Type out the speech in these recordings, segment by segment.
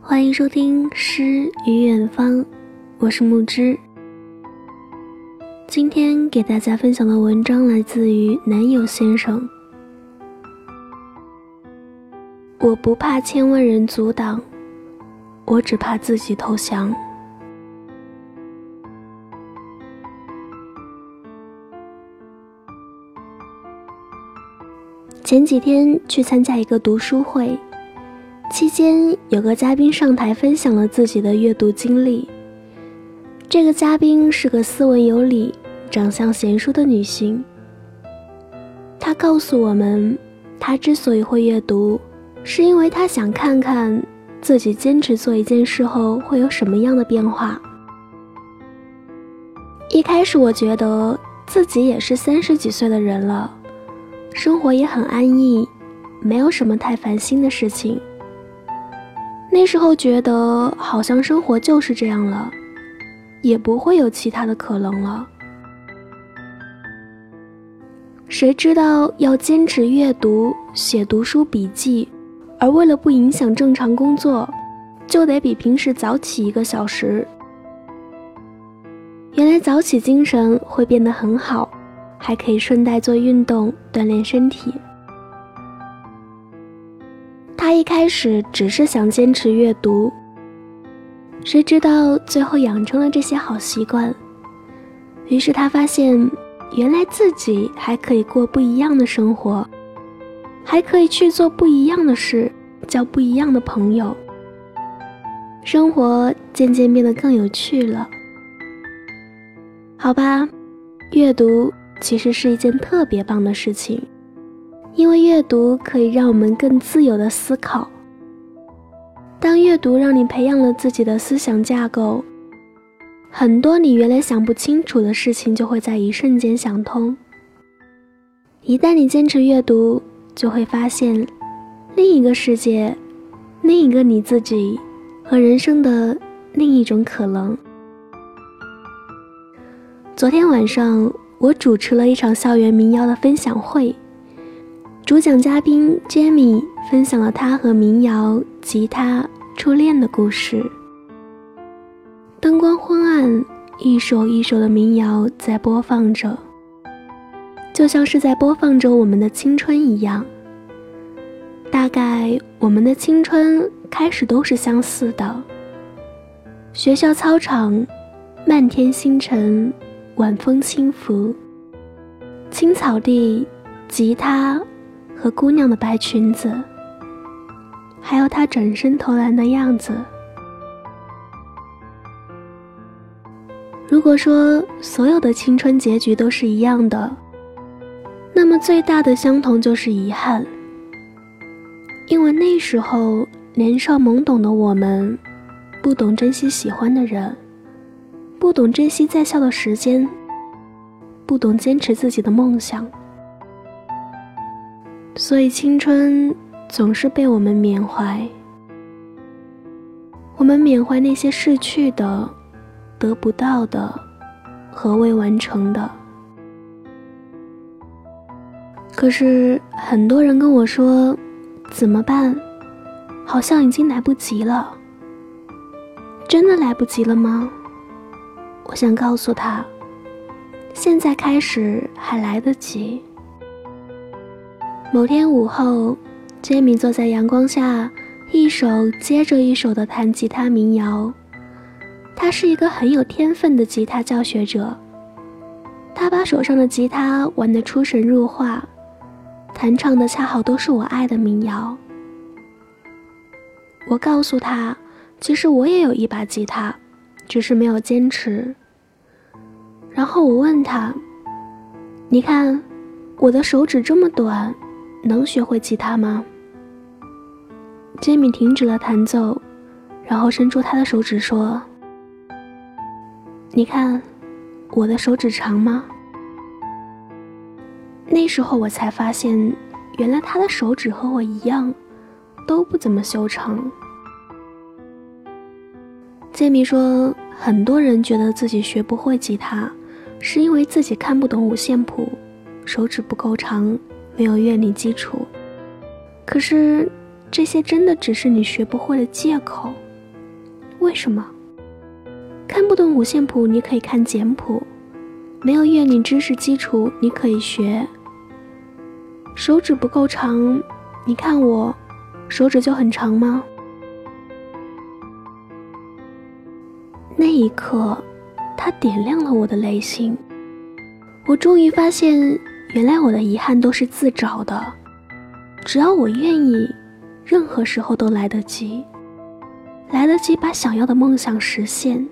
欢迎收听诗与远方，我是木之。今天给大家分享的文章来自于男友先生。我不怕千万人阻挡，我只怕自己投降。前几天去参加一个读书会，期间有个嘉宾上台分享了自己的阅读经历。这个嘉宾是个斯文有礼、长相贤淑的女性。她告诉我们，她之所以会阅读，是因为她想看看自己坚持做一件事后会有什么样的变化。一开始我觉得自己也是30几岁的人了，生活也很安逸，没有什么太烦心的事情。那时候觉得好像生活就是这样了，也不会有其他的可能了。谁知道要坚持阅读、写读书笔记，而为了不影响正常工作，就得比平时早起1个小时。原来早起精神会变得很好，还可以顺带做运动锻炼身体。他一开始只是想坚持阅读，谁知道最后养成了这些好习惯。于是他发现，原来自己还可以过不一样的生活，还可以去做不一样的事，交不一样的朋友。生活渐渐变得更有趣了。好吧，阅读其实是一件特别棒的事情，因为阅读可以让我们更自由地思考。当阅读让你培养了自己的思想架构，很多你原来想不清楚的事情就会在一瞬间想通。一旦你坚持阅读，就会发现另一个世界，另一个你自己和人生的另一种可能。昨天晚上我主持了一场校园民谣的分享会，主讲嘉宾 Jamie 分享了他和民谣、吉他、初恋的故事。灯光昏暗，一首一首的民谣在播放着，就像是在播放着我们的青春一样。大概我们的青春开始都是相似的，学校操场，漫天星辰，晚风轻拂，青草地，吉他和姑娘的白裙子，还有她转身投篮的样子。如果说所有的青春结局都是一样的，那么最大的相同就是遗憾。因为那时候年少懵懂的我们，不懂珍惜喜欢的人，不懂珍惜在校的时间，不懂坚持自己的梦想。所以青春总是被我们缅怀，我们缅怀那些逝去的、得不到的和未完成的。可是很多人跟我说，怎么办？好像已经来不及了。真的来不及了吗？我想告诉他，现在开始还来得及。某天午后，杰米坐在阳光下，一首接着一首地弹吉他民谣。他是一个很有天分的吉他教学者，他把手上的吉他玩得出神入化，弹唱的恰好都是我爱的民谣。我告诉他，其实我也有一把吉他，只是没有坚持。然后我问他，你看我的手指这么短，能学会吉他吗？杰米停止了弹奏，然后伸出他的手指说，你看我的手指长吗？那时候我才发现，原来他的手指和我一样，都不怎么修长。杰米说，很多人觉得自己学不会吉他，是因为自己看不懂五线谱，手指不够长，没有乐理基础。可是这些真的只是你学不会的借口， 为什么？看不懂五线谱，你可以看简谱；没有乐理知识基础，你可以学。手指不够长，你看我，手指就很长吗？那一刻，它点亮了我的内心。我终于发现，原来我的遗憾都是自找的。只要我愿意，任何时候都来得及，来得及把想要的梦想实现。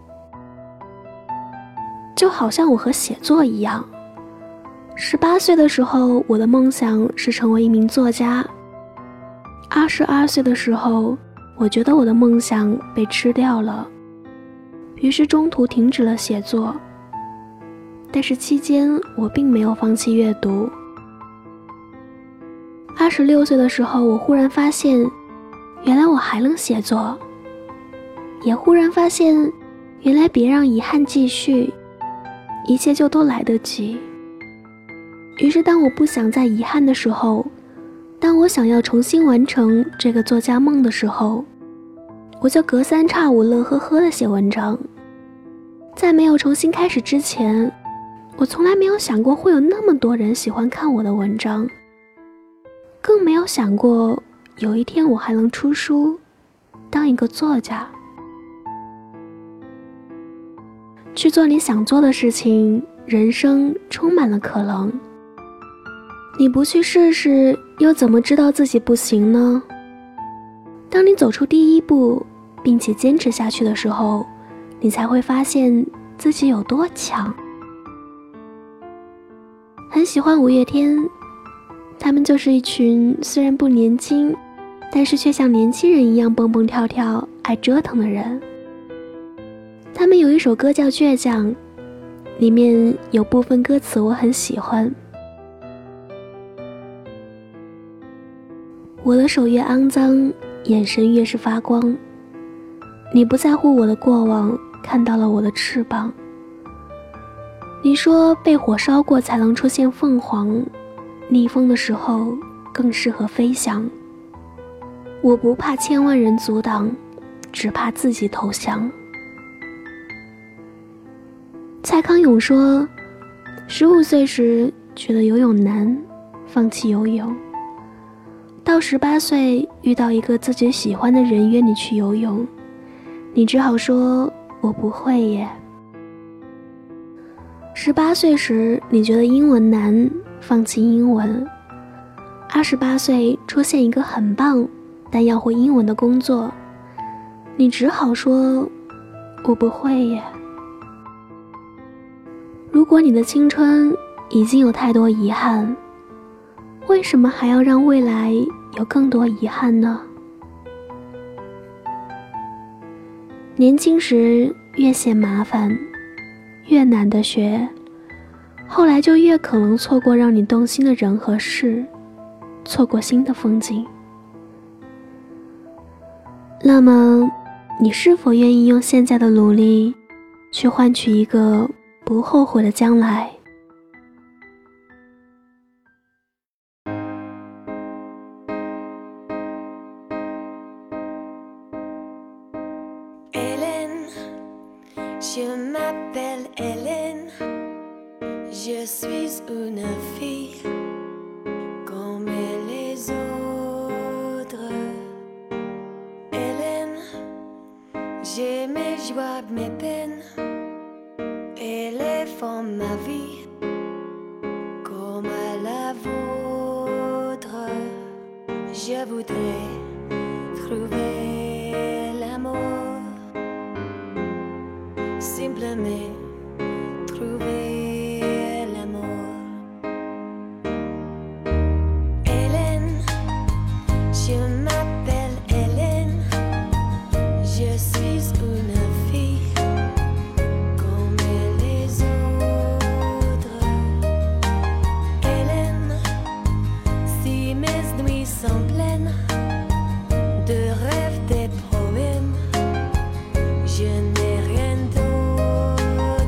就好像我和写作一样，18岁的时候，我的梦想是成为一名作家。22岁的时候，我觉得我的梦想被吃掉了，于是中途停止了写作。但是期间，我并没有放弃阅读。26岁的时候，我忽然发现，原来我还能写作，也忽然发现，原来别让遗憾继续，一切就都来得及。于是当我不想再遗憾的时候，当我想要重新完成这个作家梦的时候，我就隔三差五乐呵呵地写文章。在没有重新开始之前，我从来没有想过会有那么多人喜欢看我的文章，更没有想过有一天我还能出书，当一个作家。去做你想做的事情，人生充满了可能。你不去试试，又怎么知道自己不行呢？当你走出第一步，并且坚持下去的时候，你才会发现自己有多强。很喜欢五月天，他们就是一群虽然不年轻，但是却像年轻人一样蹦蹦跳跳、爱折腾的人。他们有一首歌叫《倔强》，里面有部分歌词我很喜欢。我的手越肮脏，眼神越是发光。你不在乎我的过往，看到了我的翅膀。你说被火烧过才能出现凤凰，逆风的时候更适合飞翔。我不怕千万人阻挡，只怕自己投降。蔡康永说，15岁时觉得游泳难，放弃游泳。到18岁遇到一个自己喜欢的人约你去游泳，你只好说我不会耶。18岁时你觉得英文难，放弃英文。28岁出现一个很棒但要会英文的工作，你只好说我不会耶。如果你的青春已经有太多遗憾，为什么还要让未来有更多遗憾呢？年轻时越嫌麻烦，越难得学，后来就越可能错过让你动心的人和事，错过新的风景。那么，你是否愿意用现在的努力，去换取一个不后悔的将来 ？Je m'appelle Hélène, je suis une fille comme les autres. Hélène, j'ai mes joies, mes peines, elle est font ma vie comme à la vôtre. Je voudrais trouver l'amour.Simplement trouver l'amour. Hélène, je m'appelle Hélène, je suis une fille comme les autres. Hélène, si mes nuits sont pleines de rêves, des poèmes, je n'ai rien d'autre.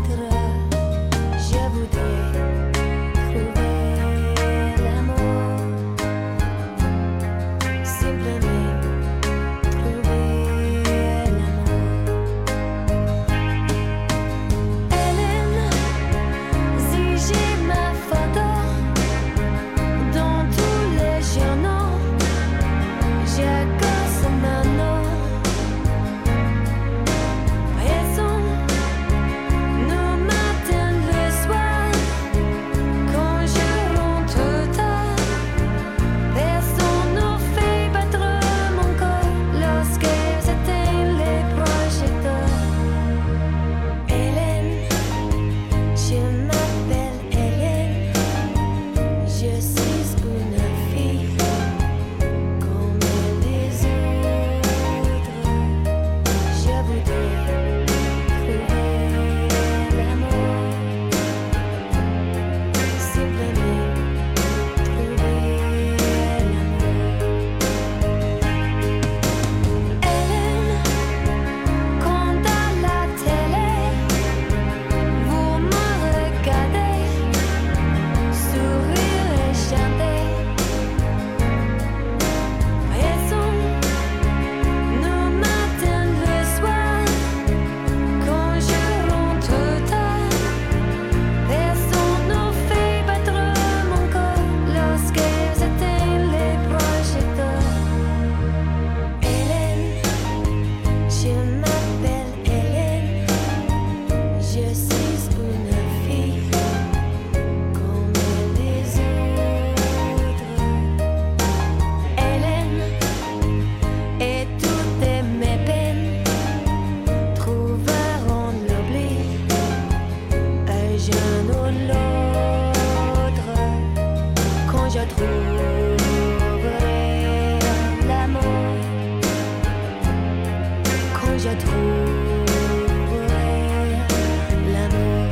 je trouverai l'amour,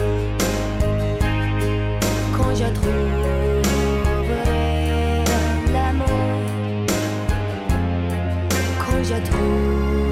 quand je trouverai l'amour, quand je trouverai